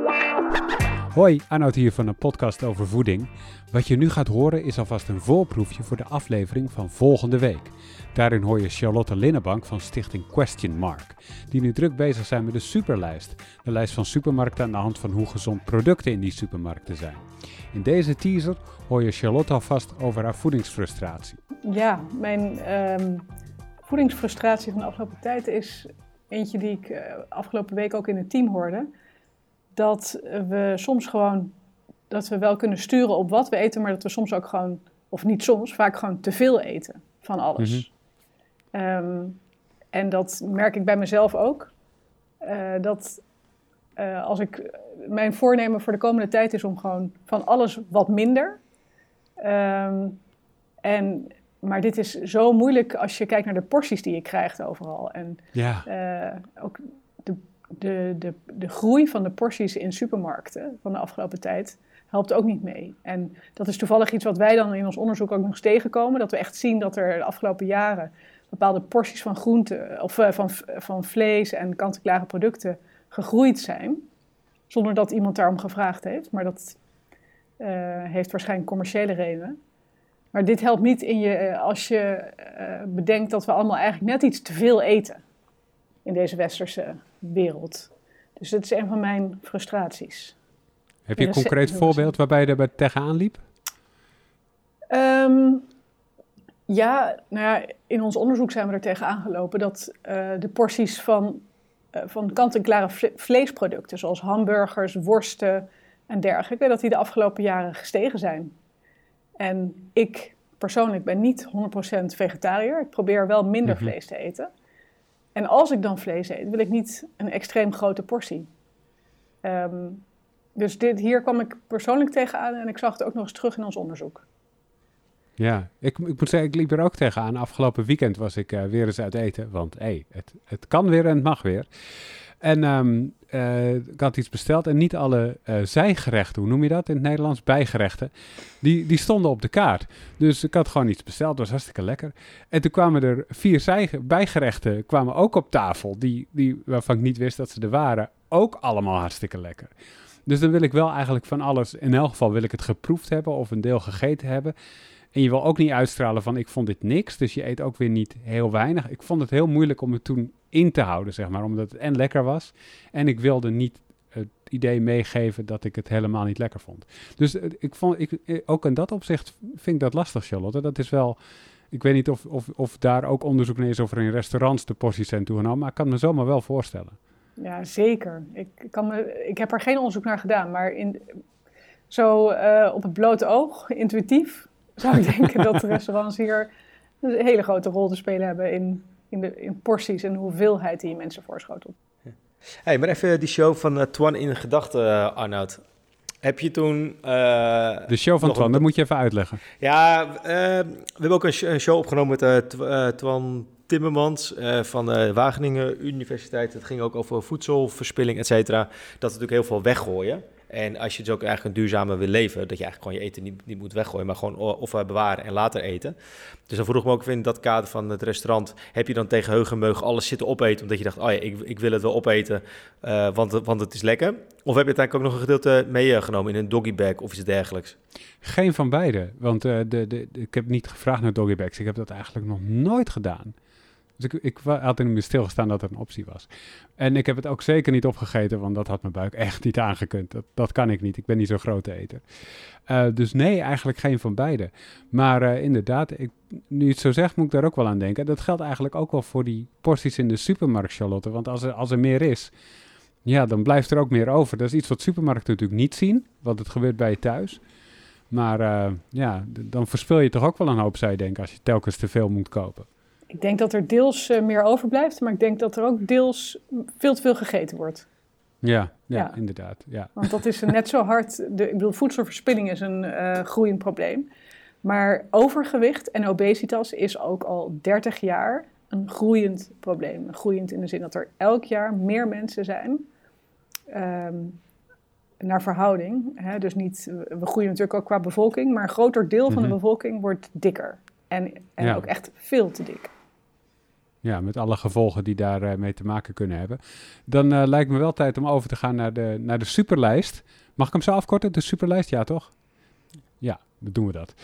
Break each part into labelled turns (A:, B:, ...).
A: Hoi, Arnoud hier van een podcast over voeding. Wat je nu gaat horen is alvast een voorproefje voor de aflevering van volgende week. Daarin hoor je Charlotte Linnenbank van stichting Question Mark, die nu druk bezig zijn met de superlijst. De lijst van supermarkten aan de hand van hoe gezond producten in die supermarkten zijn. In deze teaser hoor je Charlotte alvast over haar voedingsfrustratie.
B: Ja, mijn voedingsfrustratie van de afgelopen tijd is eentje die ik afgelopen week ook in het team hoorde. Dat we soms gewoon, dat we wel kunnen sturen op wat we eten, maar dat we soms ook gewoon, of niet soms, vaak gewoon te veel eten van alles. En dat merk ik bij mezelf ook. Mijn voornemen voor de komende tijd is om gewoon van alles wat minder. Maar dit is zo moeilijk als je kijkt naar de porties die je krijgt overal. En ook de groei van de porties in supermarkten van de afgelopen tijd helpt ook niet mee. En dat is toevallig iets wat wij dan in ons onderzoek ook nog eens tegenkomen. Dat we echt zien dat er de afgelopen jaren bepaalde porties van groenten of van vlees en kant-en-klare producten gegroeid zijn. Zonder dat iemand daarom gevraagd heeft. Maar dat heeft waarschijnlijk commerciële redenen. Maar dit helpt niet als je bedenkt dat we allemaal eigenlijk net iets te veel eten in deze westerse wereld. Dus dat is een van mijn frustraties.
A: Heb je een concreet voorbeeld waarbij je er tegenaan liep?
B: In ons onderzoek zijn we er tegenaan gelopen dat de porties van kant-en-klare vleesproducten, zoals hamburgers, worsten en dergelijke, dat die de afgelopen jaren gestegen zijn. En ik persoonlijk ben niet 100% vegetariër. Ik probeer wel minder vlees te eten. En als ik dan vlees eet, wil ik niet een extreem grote portie. Dus hier kwam ik persoonlijk tegenaan en ik zag het ook nog eens terug in ons onderzoek.
A: Ja, ik moet zeggen, ik liep er ook tegenaan. Afgelopen weekend was ik weer eens uit eten, want het kan weer en het mag weer. En ik had iets besteld en niet alle zijgerechten, hoe noem je dat in het Nederlands? Bijgerechten, die stonden op de kaart. Dus ik had gewoon iets besteld, dat was hartstikke lekker. En toen kwamen er 4 bijgerechten kwamen ook op tafel, waarvan ik niet wist dat ze er waren. Ook allemaal hartstikke lekker. Dus dan wil ik wel eigenlijk van alles, in elk geval wil ik het geproefd hebben of een deel gegeten hebben. En je wil ook niet uitstralen van ik vond dit niks, dus je eet ook weer niet heel weinig. Ik vond het heel moeilijk om het toen in te houden, zeg maar, omdat het en lekker was. En ik wilde niet het idee meegeven dat ik het helemaal niet lekker vond. Dus ook in dat opzicht vind ik dat lastig, Charlotte. Dat is wel, ik weet niet of daar ook onderzoek naar is of er in restaurants de porties zijn toegenomen, maar ik kan me zomaar wel voorstellen.
B: Ja, zeker. Ik heb er geen onderzoek naar gedaan, maar op het blote oog, intuïtief, zou ik denken dat de restaurants hier een hele grote rol te spelen hebben in porties en de hoeveelheid die je mensen voorschotelt.
C: Hey, maar even die show van Twan in gedachten, Arnoud. Heb je toen...
A: de show van Twan, dat moet je even uitleggen.
C: Ja, we hebben ook een show opgenomen met Twan Timmermans van de Wageningen Universiteit. Het ging ook over voedselverspilling, et cetera. Dat we natuurlijk heel veel weggooien. En als je dus ook eigenlijk een duurzamer wil leven, dat je eigenlijk gewoon je eten niet moet weggooien, maar gewoon of bewaren en later eten. Dus dan vroeg ik me ook in dat kader van het restaurant, heb je dan tegen heug en meug alles zitten opeten, omdat je dacht, ik wil het wel opeten, want het is lekker? Of heb je uiteindelijk ook nog een gedeelte meegenomen in een doggybag of iets dergelijks?
A: Geen van beide, want ik heb niet gevraagd naar doggybags. Ik heb dat eigenlijk nog nooit gedaan. Dus ik had in me stilgestaan dat er een optie was. En ik heb het ook zeker niet opgegeten, want dat had mijn buik echt niet aangekund. Dat kan ik niet, ik ben niet zo'n grote eter. Dus nee, eigenlijk geen van beide. Maar inderdaad, nu je het zo zegt, moet ik daar ook wel aan denken. Dat geldt eigenlijk ook wel voor die porties in de supermarkt, Charlotte. Want als er meer is, ja, dan blijft er ook meer over. Dat is iets wat supermarkten natuurlijk niet zien, want het gebeurt bij je thuis. Maar dan verspil je toch ook wel een hoop, zou je denken, als je telkens te veel moet kopen.
B: Ik denk dat er deels meer overblijft, maar ik denk dat er ook deels veel te veel gegeten wordt.
A: Ja, inderdaad. Ja.
B: Want dat is net zo hard. Voedselverspilling is een groeiend probleem. Maar overgewicht en obesitas is ook al 30 jaar een groeiend probleem. Groeiend in de zin dat er elk jaar meer mensen zijn naar verhouding. Hè? Dus we groeien natuurlijk ook qua bevolking, maar een groter deel van de bevolking wordt dikker. En ook echt veel te dik.
A: Ja, met alle gevolgen die daarmee mee te maken kunnen hebben. Dan lijkt me wel tijd om over te gaan naar de superlijst. Mag ik hem zo afkorten, de superlijst? Ja, toch? Ja, dan doen we dat.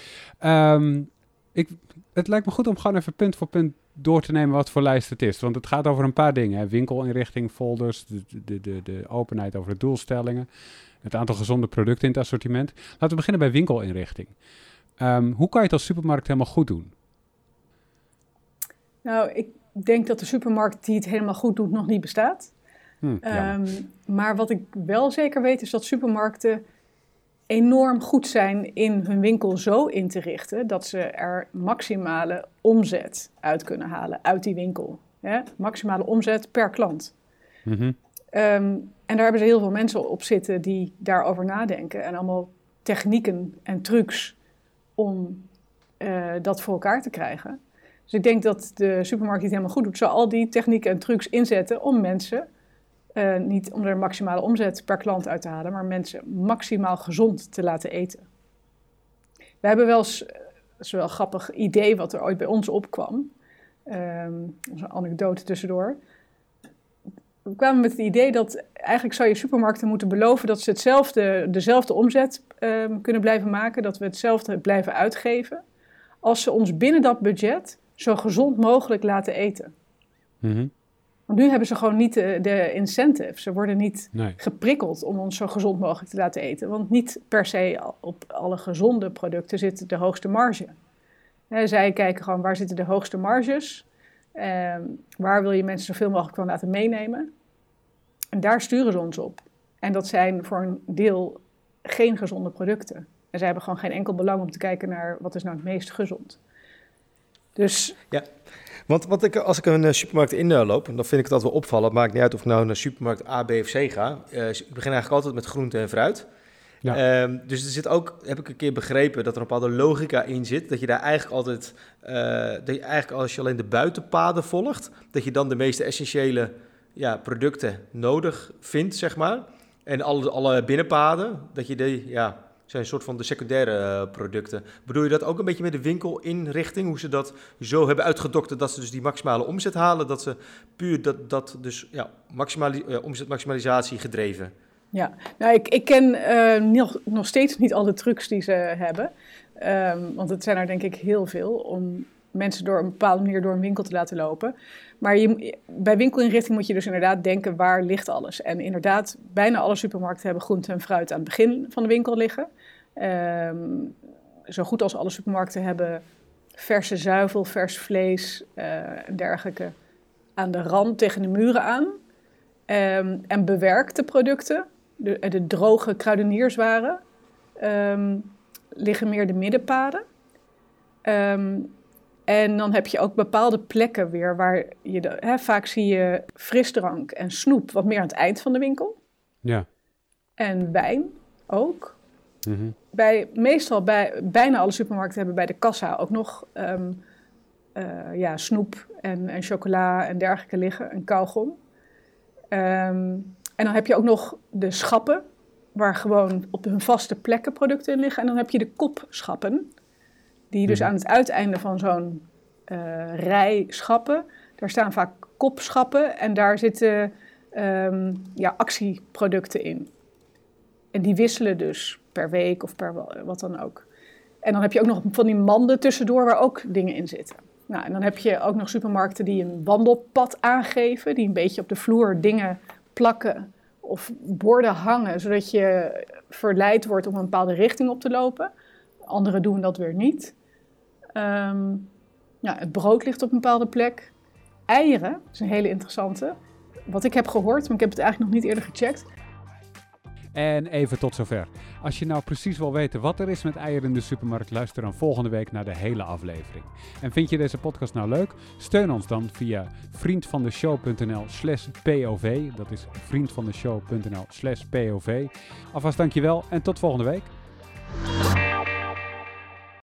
A: Het lijkt me goed om gewoon even punt voor punt door te nemen wat voor lijst het is. Want het gaat over een paar dingen. Hè. Winkelinrichting, folders, de openheid over de doelstellingen. Het aantal gezonde producten in het assortiment. Laten we beginnen bij winkelinrichting. Hoe kan je het als supermarkt helemaal goed doen?
B: Nou, ik denk dat de supermarkt die het helemaal goed doet nog niet bestaat. Maar wat ik wel zeker weet is dat supermarkten enorm goed zijn in hun winkel zo in te richten dat ze er maximale omzet uit kunnen halen uit die winkel. Ja? Maximale omzet per klant. Mm-hmm. En daar hebben ze heel veel mensen op zitten die daarover nadenken en allemaal technieken en trucs om dat voor elkaar te krijgen. Dus ik denk dat de supermarkt die het helemaal goed doet, zal al die technieken en trucs inzetten om mensen, niet om er maximale omzet per klant uit te halen, maar mensen maximaal gezond te laten eten. We hebben wel eens, dat is wel een grappig idee wat er ooit bij ons opkwam, een anekdote tussendoor. We kwamen met het idee dat eigenlijk zou je supermarkten moeten beloven dat ze dezelfde omzet kunnen blijven maken, dat we hetzelfde blijven uitgeven, als ze ons binnen dat budget zo gezond mogelijk laten eten. Mm-hmm. Want nu hebben ze gewoon niet de incentive. Ze worden niet geprikkeld om ons zo gezond mogelijk te laten eten. Want niet per se op alle gezonde producten zit de hoogste marge. Zij kijken gewoon waar zitten de hoogste marges. Waar wil je mensen zoveel mogelijk van laten meenemen. En daar sturen ze ons op. En dat zijn voor een deel geen gezonde producten. En zij hebben gewoon geen enkel belang om te kijken naar wat is nou het meest gezond. Dus
C: ja. Want als ik een supermarkt inloop, dan vind ik het altijd wel opvallen. Het maakt niet uit of ik nou naar supermarkt A, B of C ga. Ik begin eigenlijk altijd met groente en fruit. Ja. Dus er zit ook, heb ik een keer begrepen, dat er een bepaalde logica in zit. Dat je daar eigenlijk altijd, dat je eigenlijk als je alleen de buitenpaden volgt, dat je dan de meeste essentiële producten nodig vindt, zeg maar. En alle binnenpaden, dat je zijn een soort van de secundaire producten. Bedoel je dat ook een beetje met de winkelinrichting? Hoe ze dat zo hebben uitgedokterd dat ze dus die maximale omzet halen? Dat ze puur omzetmaximalisatie gedreven?
B: Ja, nou ik ken nog steeds niet al de trucs die ze hebben. Want het zijn er denk ik heel veel om mensen door een bepaalde manier door een winkel te laten lopen. Maar bij winkelinrichting moet je dus inderdaad denken, waar ligt alles? En inderdaad, bijna alle supermarkten hebben groente en fruit aan het begin van de winkel liggen. Zo goed als alle supermarkten hebben verse zuivel, vers vlees en dergelijke aan de rand tegen de muren aan. En bewerkte producten, de droge kruidenierswaren, liggen meer de middenpaden. En dan heb je ook bepaalde plekken weer waar je vaak zie je frisdrank en snoep wat meer aan het eind van de winkel. Ja. En wijn ook. Mm-hmm. Bijna alle supermarkten hebben bij de kassa ook nog snoep en chocola en dergelijke liggen, en kauwgom. En dan heb je ook nog de schappen, waar gewoon op hun vaste plekken producten in liggen. En dan heb je de kopschappen, die dus aan het uiteinde van zo'n rij schappen, daar staan vaak kopschappen en daar zitten actieproducten in. En die wisselen dus per week of per wat dan ook. En dan heb je ook nog van die manden tussendoor waar ook dingen in zitten. Nou, en dan heb je ook nog supermarkten die een wandelpad aangeven, die een beetje op de vloer dingen plakken of borden hangen, zodat je verleid wordt om een bepaalde richting op te lopen. Anderen doen dat weer niet. Het brood ligt op een bepaalde plek. Eieren, dat is een hele interessante. Wat ik heb gehoord, maar ik heb het eigenlijk nog niet eerder gecheckt.
A: En even tot zover. Als je nou precies wil weten wat er is met eieren in de supermarkt, luister dan volgende week naar de hele aflevering. En vind je deze podcast nou leuk? Steun ons dan via vriendvandeshow.nl/POV. Dat is vriendvandeshow.nl/POV. Alvast dankjewel en tot volgende week.